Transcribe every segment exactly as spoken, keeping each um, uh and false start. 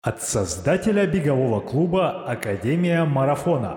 От создателя бегового клуба «Академия марафона».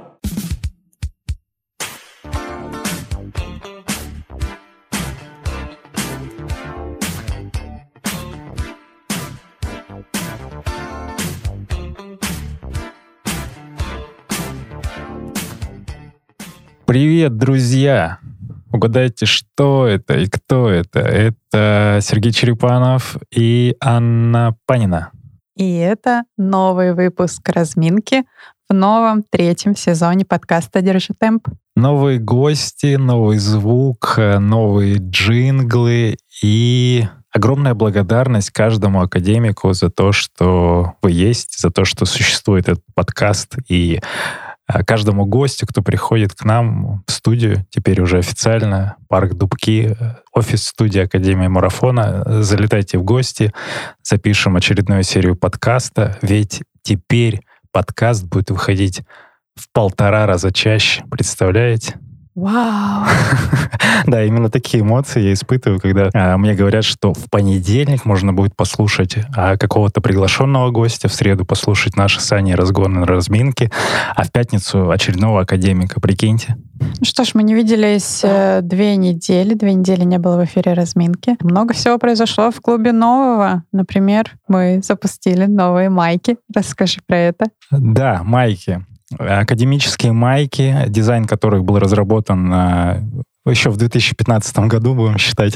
Привет, друзья! Угадайте, что это и кто это? Это Сергей Черепанов и Анна Панина. И это новый выпуск «Разминки» в новом третьем сезоне подкаста «Держи темп». Новые гости, новый звук, новые джинглы и огромная благодарность каждому академику за то, что вы есть, за то, что существует этот подкаст, и каждому гостю, кто приходит к нам в студию, теперь уже официально, парк Дубки, офис-студия Академии марафона. Залетайте в гости, запишем очередную серию подкаста, ведь теперь подкаст будет выходить в полтора раза чаще. Представляете? Вау! Да, именно такие эмоции я испытываю, когда а, мне говорят, что в понедельник можно будет послушать а, какого-то приглашенного гостя, в среду послушать наши с Аней разгоны на разминки, а в пятницу очередного академика. Прикиньте. Ну что ж, мы не виделись э, две недели, две недели не было в эфире разминки. Много всего произошло в клубе нового. Например, мы запустили новые майки. Расскажи про это. Да, майки. Академические майки, дизайн которых был разработан а, еще в две тысячи пятнадцатом году, будем считать.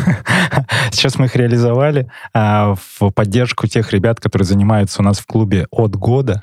Сейчас мы их реализовали а, в поддержку тех ребят, которые занимаются у нас в клубе от года.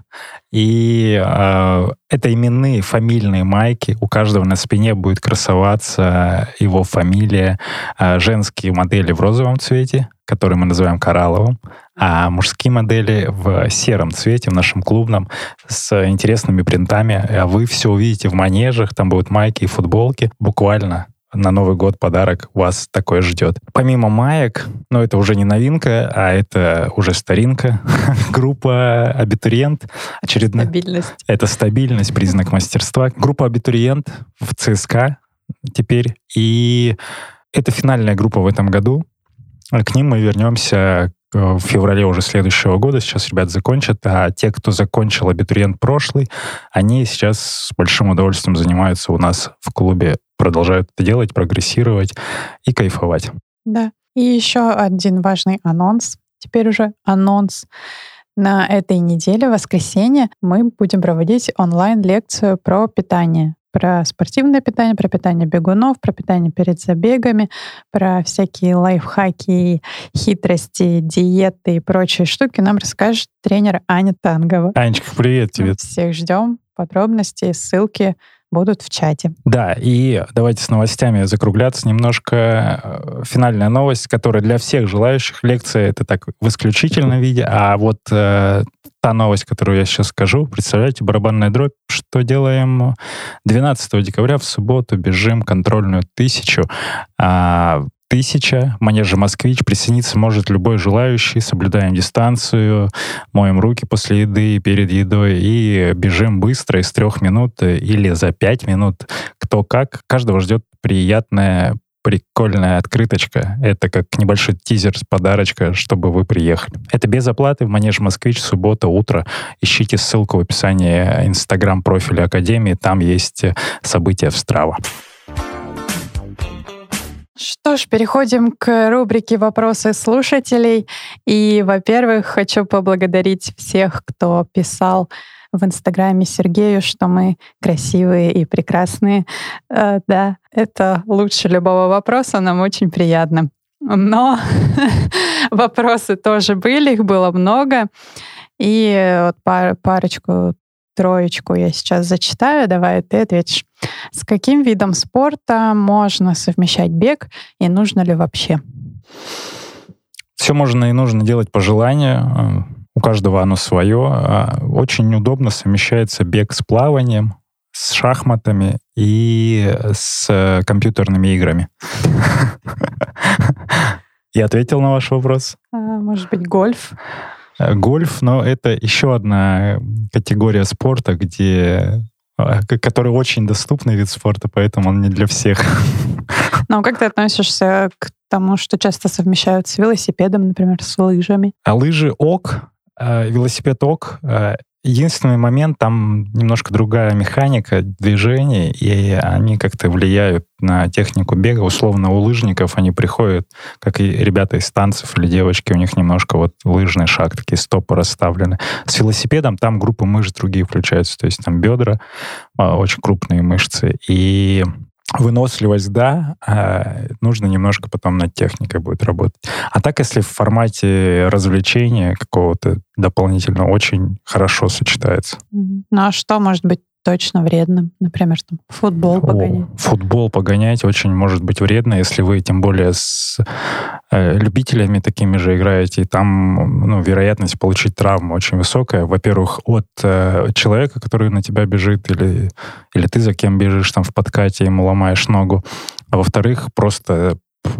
И а, это именные фамильные майки. У каждого на спине будет красоваться его фамилия. А, женские модели в розовом цвете, который мы называем коралловым, а мужские модели в сером цвете, в нашем клубном, с интересными принтами. А вы все увидите в манежах, там будут майки и футболки. Буквально на Новый год подарок вас такое ждет. Помимо маек, но это уже не новинка, а это уже старинка, группа «Абитуриент». Очередная... Стабильность. Это стабильность, признак мастерства. Группа «Абитуриент» в ЦСКА теперь. И это финальная группа в этом году. К ним мы вернемся в феврале уже следующего года. Сейчас ребят закончат. А те, кто закончил абитуриент прошлый, они сейчас с большим удовольствием занимаются у нас в клубе, продолжают это делать, прогрессировать и кайфовать. Да. И еще один важный анонс. Теперь уже анонс. На этой неделе, в воскресенье, мы будем проводить онлайн-лекцию про питание. Про спортивное питание, про питание бегунов, про питание перед забегами, про всякие лайфхаки, хитрости, диеты и прочие штуки нам расскажет тренер Аня Тангова. Анечка, привет тебе. Всех ждем. Подробности, ссылки будут в чате. Да, и давайте с новостями закругляться немножко. Финальная новость, которая для всех желающих. Лекция — это так в исключительном виде, а вот э, та новость, которую я сейчас скажу, представляете, барабанная дробь, что делаем двенадцатого декабря в субботу, бежим контрольную тысячу. А, Тысяча, в манеже «Москвич», присоединиться может любой желающий. Соблюдаем дистанцию, моем руки после еды и перед едой и бежим быстро из трех минут или за пять минут. Кто как. Каждого ждет приятная, прикольная открыточка. Это как небольшой тизер с подарочка, чтобы вы приехали. Это без оплаты в манеже «Москвич», суббота, утро. Ищите ссылку в описании инстаграм-профиля Академии. Там есть события в Strava. Что ж, переходим к рубрике «Вопросы слушателей». И, во-первых, хочу поблагодарить всех, кто писал в Инстаграме Сергею, что мы красивые и прекрасные. Э, да, это лучше любого вопроса, нам очень приятно. Но вопросы тоже были, их было много. И вот пар, парочку, троечку я сейчас зачитаю. Давай ты ответишь. С каким видом спорта можно совмещать бег и нужно ли вообще? Все можно и нужно делать по желанию. У каждого оно свое. Очень удобно совмещается бег с плаванием, с шахматами и с компьютерными играми. Я ответил на ваш вопрос. Может быть, гольф? Гольф, но это еще одна категория спорта, где который очень доступный вид спорта, поэтому он не для всех. Ну, как ты относишься к тому, что часто совмещают с велосипедом, например, с лыжами? А лыжи ок, Велосипед ок. Единственный момент, там немножко другая механика движений, и они как-то влияют на технику бега. Условно, у лыжников они приходят, как и ребята из танцев или девочки, у них немножко вот лыжный шаг, такие стопы расставлены. С велосипедом там группы мышц другие включаются, то есть там бедра, очень крупные мышцы, и выносливость, да, а нужно немножко потом над техникой будет работать. А так, если в формате развлечения какого-то дополнительно, очень хорошо сочетается. Ну а что может быть точно вредным? Например, там, футбол погонять? О, футбол погонять очень может быть вредно, если вы тем более с э, любителями такими же играете, и там ну, вероятность получить травму очень высокая. Во-первых, от э, человека, который на тебя бежит, или, или ты за кем бежишь там в подкате, ему ломаешь ногу. А во-вторых, просто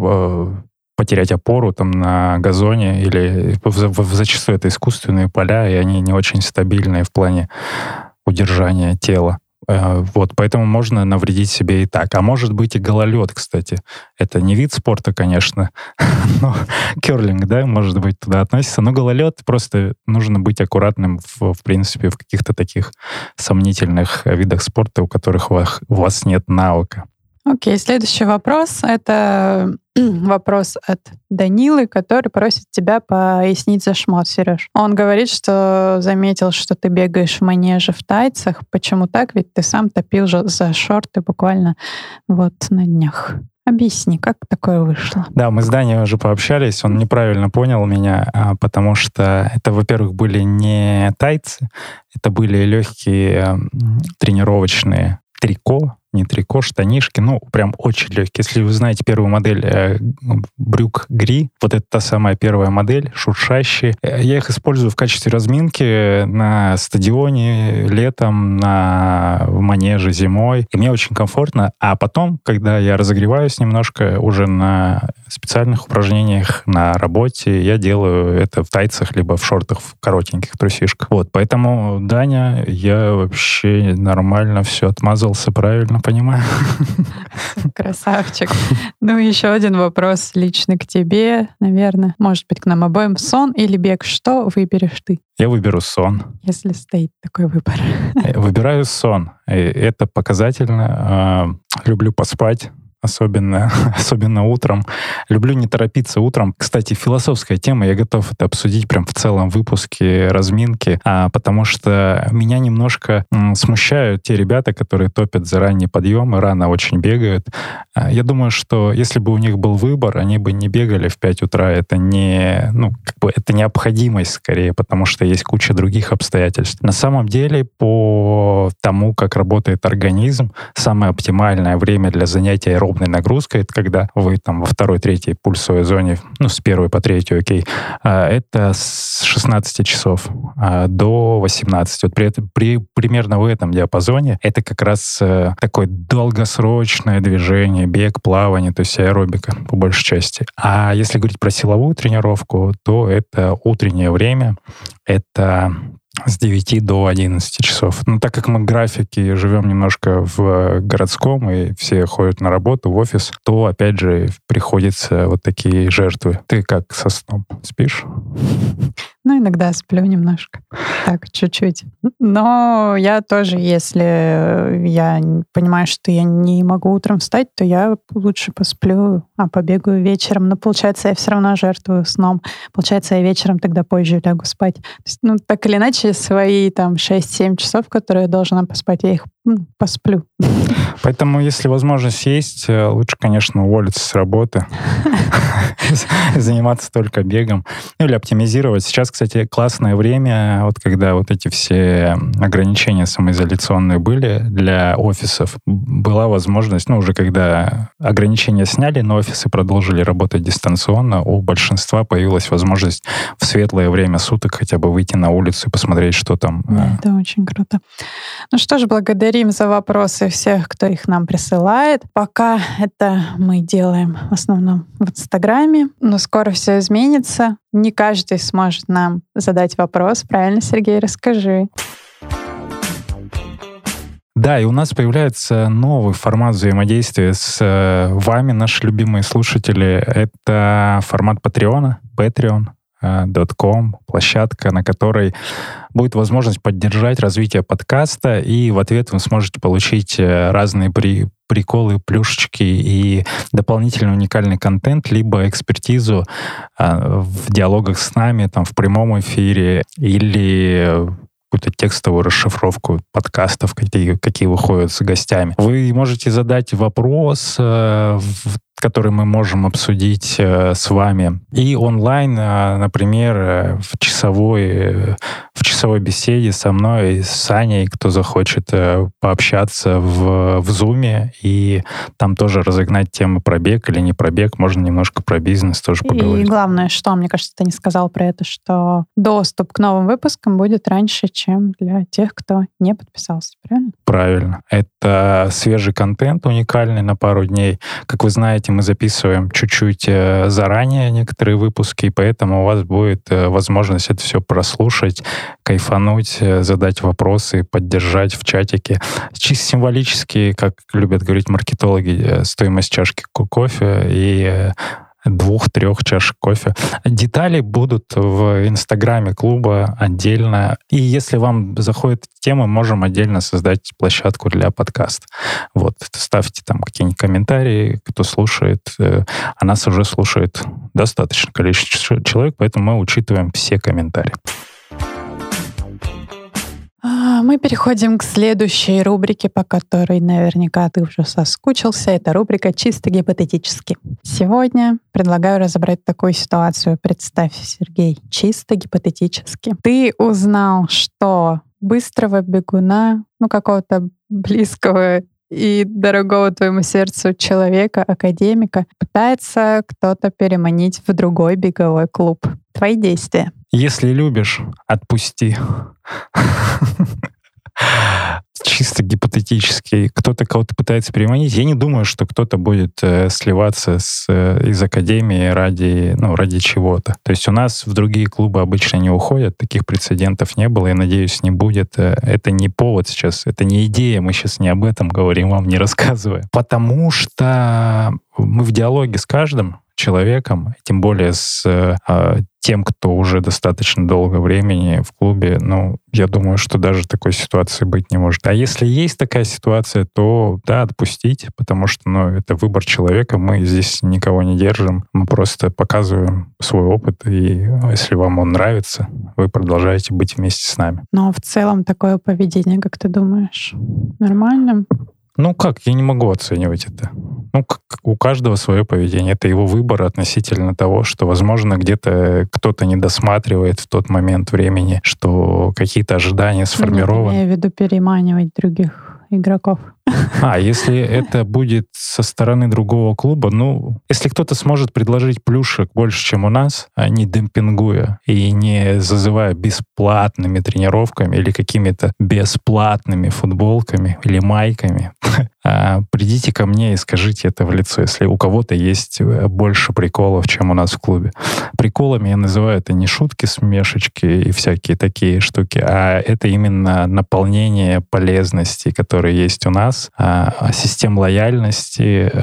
э, потерять опору там на газоне, или в, в, зачастую это искусственные поля, и они не очень стабильные в плане удержания тела. Вот, поэтому можно навредить себе и так. А может быть и гололед, кстати. Это не вид спорта, конечно, но керлинг, да, может быть, туда относится. Но гололед просто нужно быть аккуратным, в, в принципе, в каких-то таких сомнительных видах спорта, у которых у вас, у вас нет навыка. Окей, следующий вопрос. Это вопрос от Данилы, который просит тебя пояснить за шмот, Сереж. Он говорит, что заметил, что ты бегаешь в манеже в тайцах. Почему так? Ведь ты сам топил же за шорты буквально вот на днях. Объясни, как такое вышло? Да, мы с Даней уже пообщались, он неправильно понял меня, потому что это, во-первых, были не тайцы, это были легкие тренировочные трико, не трико, штанишки, ну, прям очень легкие. Если вы знаете первую модель э, брюк Гри, вот это та самая первая модель, шуршащие. Я их использую в качестве разминки на стадионе летом, на в манеже зимой. И мне очень комфортно. А потом, когда я разогреваюсь немножко уже на специальных упражнениях, на работе, я делаю это в тайцах, либо в шортах, в коротеньких трусишках. Вот, поэтому, Даня, я вообще нормально все отмазался, правильно понимаю. Красавчик. Ну, еще один вопрос лично к тебе, наверное. Может быть, к нам обоим. Сон или бег? Что выберешь ты? Я выберу сон. Если стоит такой выбор. Выбираю сон. И это показательно. Люблю поспать. Особенно, особенно утром. Люблю не торопиться утром. Кстати, философская тема, я готов это обсудить прям в целом выпуске разминки, а, потому что меня немножко м, смущают те ребята, которые топят за ранний подъем и рано очень бегают. А, я думаю, что если бы у них был выбор, они бы не бегали в пять утра. Это не, ну, как бы это необходимость скорее, потому что есть куча других обстоятельств. На самом деле, по тому, как работает организм, самое оптимальное время для занятия аэробной нагрузкой, это когда вы там во второй, третьей пульсовой зоне, ну, с первой по третью, окей, это с шестнадцати часов до восемнадцати. Вот при этом, при, примерно в этом диапазоне это как раз такое долгосрочное движение, бег, плавание, то есть аэробика по большей части. А если говорить про силовую тренировку, то это утреннее время, это с девяти до одиннадцати часов. Но так как мы графики живем немножко в городском, и все ходят на работу, в офис, то, опять же, приходится вот такие жертвы. Ты как со сном? Спишь? Ну, иногда сплю немножко. Так, чуть-чуть. Но я тоже, если я понимаю, что я не могу утром встать, то я лучше посплю, а побегаю вечером. Но, получается, я все равно жертвую сном. Получается, я вечером тогда позже лягу спать. То есть, ну, так или иначе, свои там шесть-семь часов, которые я должна поспать, я их ну, посплю. Поэтому, если возможность есть, лучше, конечно, уволиться с работы, заниматься только бегом, ну или оптимизировать. Сейчас, кстати, классное время, вот когда вот эти все ограничения самоизоляционные были для офисов, была возможность, ну уже когда ограничения сняли, но офисы продолжили работать дистанционно, у большинства появилась возможность в светлое время суток хотя бы выйти на улицу и посмотреть, что там. Да, это очень круто. Ну что ж, благодарим за вопросы всех, кто их нам присылает. Пока это мы делаем в основном в Инстаграме, но скоро все изменится. Не каждый сможет нам задать вопрос. Правильно, Сергей? Расскажи. Да, и у нас появляется новый формат взаимодействия с вами, наши любимые слушатели. Это формат Патреона, Patreon. точка ком, площадка, на которой будет возможность поддержать развитие подкаста, и в ответ вы сможете получить разные при, приколы, плюшечки и дополнительный уникальный контент, либо экспертизу а, в диалогах с нами, там, в прямом эфире, или какую-то текстовую расшифровку подкастов, какие, какие выходят с гостями. Вы можете задать вопрос, э, в который мы можем обсудить э, с вами. И онлайн, э, например, э, в часовой, э, в часовой беседе со мной и с Аней, кто захочет э, пообщаться в, в Zoom, и там тоже разогнать темы про бег или не про бег, можно немножко про бизнес тоже поговорить. И главное, что, мне кажется, ты не сказал про это, что доступ к новым выпускам будет раньше, чем для тех, кто не подписался, правильно? Правильно. Это свежий контент, уникальный на пару дней. Как вы знаете, мы записываем чуть-чуть заранее некоторые выпуски, и поэтому у вас будет возможность это все прослушать, кайфануть, задать вопросы, поддержать в чатике. Чисто символически, как любят говорить маркетологи, стоимость чашки кофе и двух-трех чашек кофе. Детали будут в инстаграме клуба отдельно. И если вам заходит тема, можем отдельно создать площадку для подкаста. Вот. Ставьте там какие-нибудь комментарии, кто слушает. А нас уже слушает достаточное количество человек, поэтому мы учитываем все комментарии. Мы переходим к следующей рубрике, по которой наверняка ты уже соскучился. Это рубрика «Чисто гипотетически». Сегодня предлагаю разобрать такую ситуацию. Представь, Сергей, чисто гипотетически. Ты узнал, что быстрого бегуна, ну какого-то близкого и дорогого твоему сердцу человека, академика, пытается кто-то переманить в другой беговой клуб. Твои действия. Если любишь, отпусти. Чисто гипотетически. Кто-то кого-то пытается переманить. Я не думаю, что кто-то будет э, сливаться с, э, из академии ради, ну, ради чего-то. То есть у нас в другие клубы обычно не уходят. Таких прецедентов не было и, надеюсь, не будет. Это не повод сейчас, это не идея. Мы сейчас не об этом говорим, вам не рассказывая. Потому что мы в диалоге с каждым человеком, тем более с э, тем, кто уже достаточно долго времени в клубе, ну, я думаю, что даже такой ситуации быть не может. А если есть такая ситуация, то да, отпустить, потому что, ну, это выбор человека, мы здесь никого не держим, мы просто показываем свой опыт, и если вам он нравится, вы продолжаете быть вместе с нами. Но в целом такое поведение, как ты думаешь, нормально? Ну как, я не могу оценивать это. Ну, как у каждого свое поведение. Это его выбор относительно того, что, возможно, где-то кто-то не досматривает в тот момент времени, что какие-то ожидания сформированы. Я имею в виду переманивать других игроков. А, если это будет со стороны другого клуба, ну, если кто-то сможет предложить плюшек больше, чем у нас, не демпингуя и не зазывая бесплатными тренировками или какими-то бесплатными футболками или майками, придите ко мне и скажите это в лицо, если у кого-то есть больше приколов, чем у нас в клубе. Приколами я называю это не шутки, смешечки и всякие такие штуки, а это именно наполнение полезностей, которые есть у нас, систем лояльности,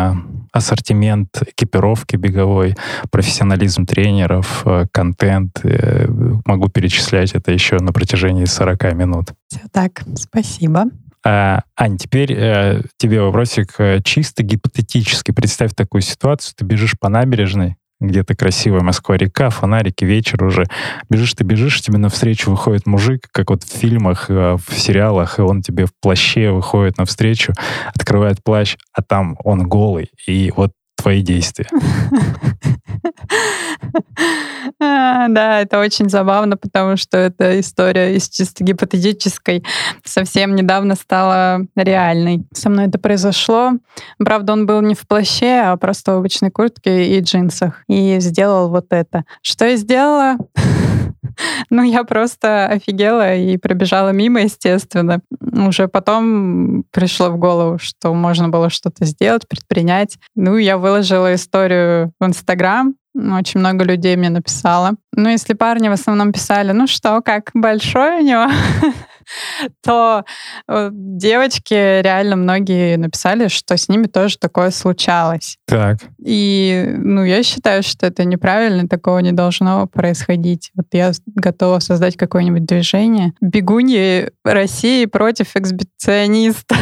ассортимент экипировки беговой, профессионализм тренеров, контент. Могу перечислять это еще на протяжении сорок минут. Все так, спасибо. А, Ань, теперь э, тебе вопросик чисто гипотетически. Представь такую ситуацию, ты бежишь по набережной, где-то красивая Москва-река, фонарики, вечер уже. Бежишь ты, бежишь, тебе навстречу выходит мужик, как вот в фильмах, в сериалах, и он тебе в плаще выходит навстречу, открывает плащ, а там он голый. И вот твои действия. Да, это очень забавно, потому что эта история из чисто гипотетической совсем недавно стала реальной. Со мной это произошло. Правда, он был не в плаще, а просто в обычной куртке и джинсах. И сделал вот это. Что я сделала? Ну, я просто офигела и пробежала мимо, естественно. Уже потом пришло в голову, что можно было что-то сделать, предпринять. Ну, я выложила историю в Инстаграм. Очень много людей мне написало. Ну, если парни в основном писали, ну что, как, большой у него? то девочки реально многие написали, что с ними тоже такое случалось. Так. И, ну, я считаю, что это неправильно, такого не должно происходить. Вот я готова создать какое-нибудь движение. Бегуньи России против эксбиционистов.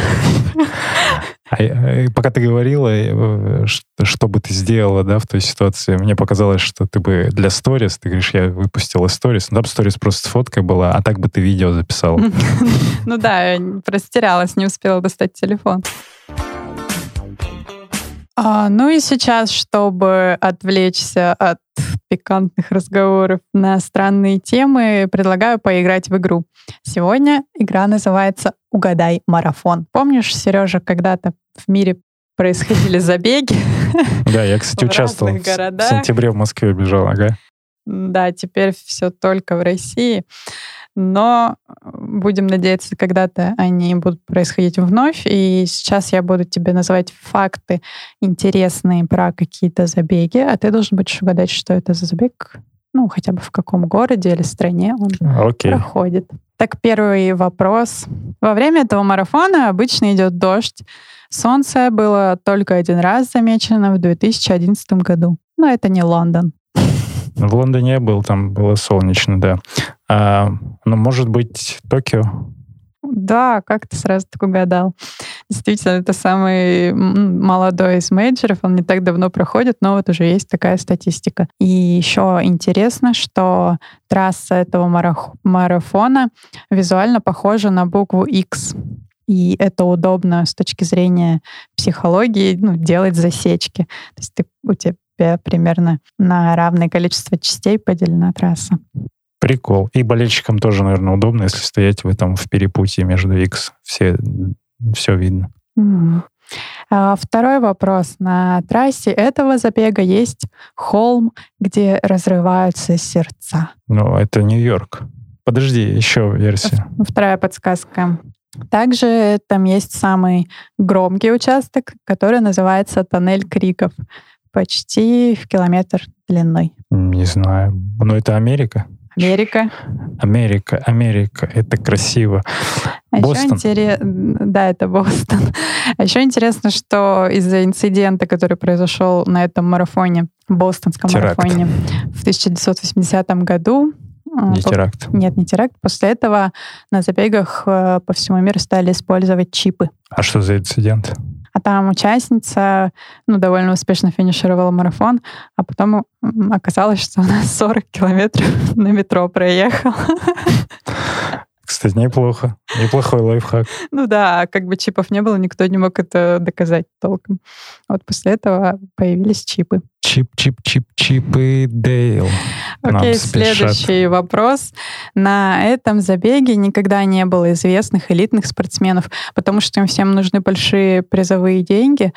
А, пока ты говорила, что, что бы ты сделала, да, в той ситуации, мне показалось, что ты бы для сторис, ты говоришь, я выпустила сторис, ну, там сторис просто с фоткой была, а так бы ты видео записала. Ну да, я растерялась, не успела достать телефон. А, ну и сейчас, чтобы отвлечься от пикантных разговоров на странные темы, предлагаю поиграть в игру. Сегодня игра называется «Угадай марафон». Помнишь, Сережа, когда-то в мире происходили забеги? Да, я, кстати, участвовал. В сентябре в Москве бежал, ага. Да, теперь все только в России. Но будем надеяться, когда-то они будут происходить вновь. И сейчас я буду тебе называть факты интересные про какие-то забеги, а ты должен будешь угадать, что это за забег, ну, хотя бы в каком городе или стране он Окей. проходит. Так, первый вопрос. Во время этого марафона обычно идет дождь. Солнце было только один раз замечено в две тысячи одиннадцатом году. Но это не Лондон. В Лондоне я был, там было солнечно, да. А, ну, может быть, Токио? Да, как ты сразу так угадал. Действительно, это самый молодой из мейджоров, он не так давно проходит, но вот уже есть такая статистика. И еще интересно, что трасса этого марафона визуально похожа на букву X. И это удобно с точки зрения психологии, ну, делать засечки. То есть ты, у тебя примерно на равное количество частей поделена трасса. Прикол. И болельщикам тоже, наверное, удобно, если стоять в этом в перепутье между X. Все, все видно. Mm-hmm. А, второй вопрос. На трассе этого забега есть холм, где разрываются сердца. Ну, это Нью-Йорк. Подожди, еще версия. Вторая подсказка. Также там есть самый громкий участок, который называется Тоннель криков. Почти в километр длиной. Не знаю. Но это Америка? Америка. Америка, Америка. Это красиво. А Бостон? Интерес... Да, это Бостон. А еще интересно, что из-за инцидента, который произошел на этом марафоне, бостонском теракт. марафоне в тысяча девятьсот восьмидесятом году... Не по... теракт. Нет, не теракт. После этого на забегах по всему миру стали использовать чипы. А что за инцидент? А там участница, ну, довольно успешно финишировала марафон, а потом оказалось, что она сорок километров на метро проехала. Кстати, неплохо. Неплохой лайфхак. Ну да, как бы чипов не было, никто не мог это доказать толком. Вот после этого появились чипы. Чип, чип, чип, чипы, Дейл. Окей, следующий вопрос. На этом забеге никогда не было известных элитных спортсменов, потому что им всем нужны большие призовые деньги.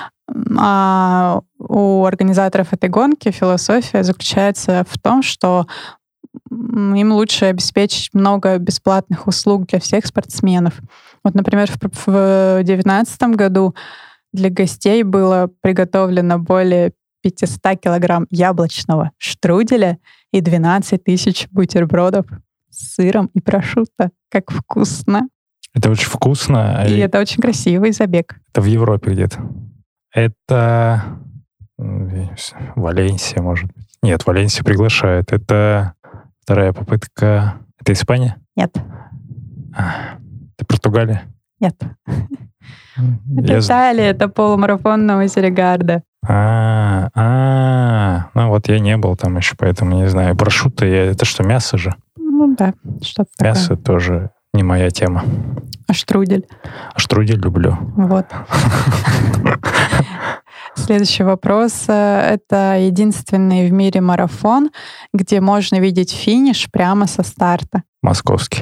А у организаторов этой гонки философия заключается в том, что им лучше обеспечить много бесплатных услуг для всех спортсменов. Вот, например, в две тысячи девятнадцатом году для гостей было приготовлено более пятьсот килограмм яблочного штруделя и двенадцать тысяч бутербродов с сыром и прошутто. Как вкусно! Это очень вкусно. И, и это очень красивый забег. Это в Европе где-то. Это Валенсия, может быть. Нет, Валенсия приглашает. Это вторая попытка. Это Испания? Нет. Это Португалия? Нет. Это Я... Италия, это полумарафон на озере Гарда. А, а, ну вот я не был там еще, поэтому не знаю. Прошутто, я... это что, мясо же? Ну да, что-то такое. Мясо тоже не моя тема. А штрудель? А штрудель люблю. Вот. Следующий вопрос. Это единственный в мире марафон, где можно видеть финиш прямо со старта. Московский.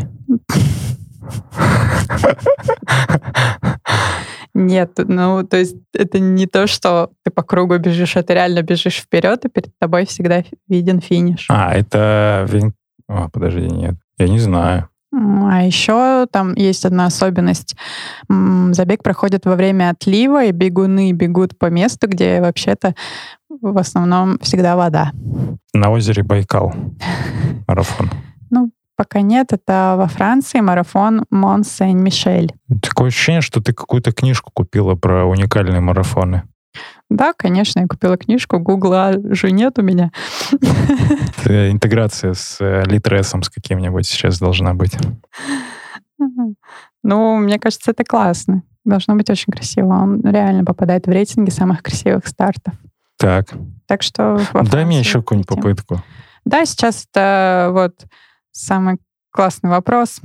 Нет, ну, то есть это не то, что ты по кругу бежишь, а ты реально бежишь вперед, и перед тобой всегда виден финиш. А, это... О, подожди, нет. Я не знаю. А еще там есть одна особенность. Забег проходит во время отлива, и бегуны бегут по месту, где вообще-то в основном всегда вода. На озере Байкал марафон. Ну, пока нет. Это во Франции марафон Мон-Сен-Мишель. Такое ощущение, что ты какую-то книжку купила про уникальные марафоны. Да, конечно, я купила книжку. Гугла же нет у меня. Интеграция с Литресом с каким-нибудь сейчас должна быть. Ну, мне кажется, это классно. Должно быть очень красиво. Он реально попадает в рейтинги самых красивых стартов. Так. Так что... Дай мне еще какую-нибудь попытку. Да, сейчас это вот самый классный вопрос.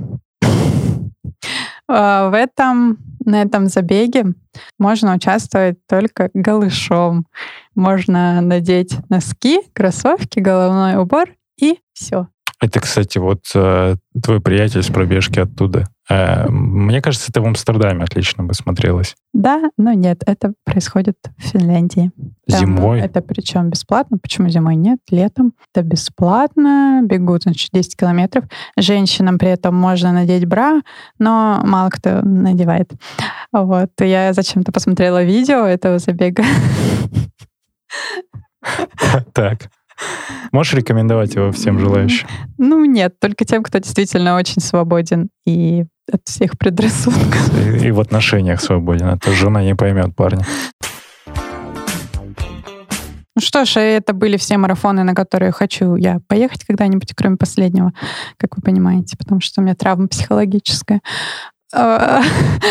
В этом, на этом забеге можно участвовать только голышом. Можно надеть носки, кроссовки, головной убор и все. Это, кстати, вот э, твой приятель с пробежки оттуда. Э, мне кажется, это в Амстердаме отлично бы смотрелось. Да, но нет, это происходит в Финляндии. Там зимой? Это причем бесплатно. Почему зимой нет? Летом. Это бесплатно. Бегут, значит, десять километров. Женщинам при этом можно надеть бра, но мало кто надевает. Вот. Я зачем-то посмотрела видео этого забега. Так. Можешь рекомендовать его всем желающим? Ну, нет, только тем, кто действительно очень свободен и от всех предрассудков. И, и в отношениях свободен, а то жена не поймет парня. Ну что ж, это были все марафоны, на которые хочу я поехать когда-нибудь, кроме последнего, как вы понимаете, потому что у меня травма психологическая. А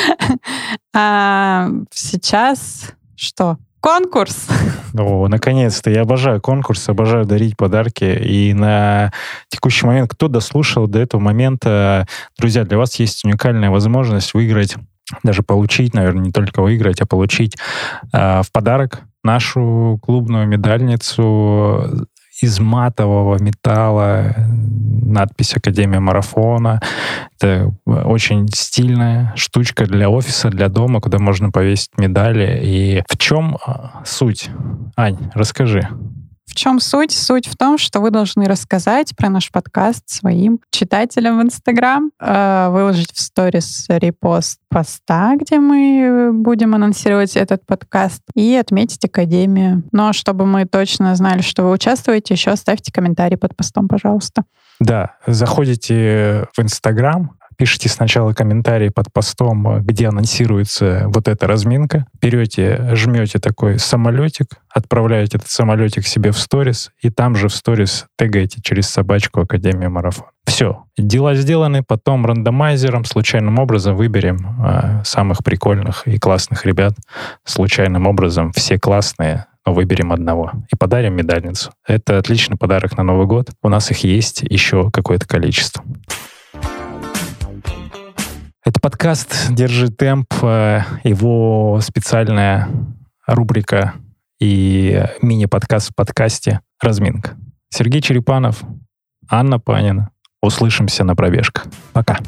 сейчас что? Конкурс! О, наконец-то. Я обожаю конкурсы, обожаю дарить подарки. И на текущий момент, кто дослушал до этого момента, друзья, для вас есть уникальная возможность выиграть, даже получить, наверное, не только выиграть, а получить э, в подарок нашу клубную медальницу из матового металла, надпись «Академия марафона». Это очень стильная штучка для офиса, для дома, куда можно повесить медали. И в чем суть? Ань, расскажи. В чем суть? Суть в том, что вы должны рассказать про наш подкаст своим читателям в Инстаграм, выложить в сторис репост поста, где мы будем анонсировать этот подкаст, и отметить Академию. Но чтобы мы точно знали, что вы участвуете, еще оставьте комментарий под постом, пожалуйста. Да, заходите в Инстаграм, пишите сначала комментарий под постом, где анонсируется вот эта разминка. Берете, жмете такой самолетик, отправляете этот самолетик себе в сторис, и там же в сторис тегаете через собачку Академию марафон. Все. Дела сделаны, потом рандомайзером случайным образом выберем э, самых прикольных и классных ребят. Случайным образом все классные, но выберем одного. И подарим медальницу. Это отличный подарок на Новый год. У нас их есть еще какое-то количество. Это подкаст «Держи темп», его специальная рубрика и мини-подкаст в подкасте «Разминка». Сергей Черепанов, Анна Панина. Услышимся на пробежках. Пока.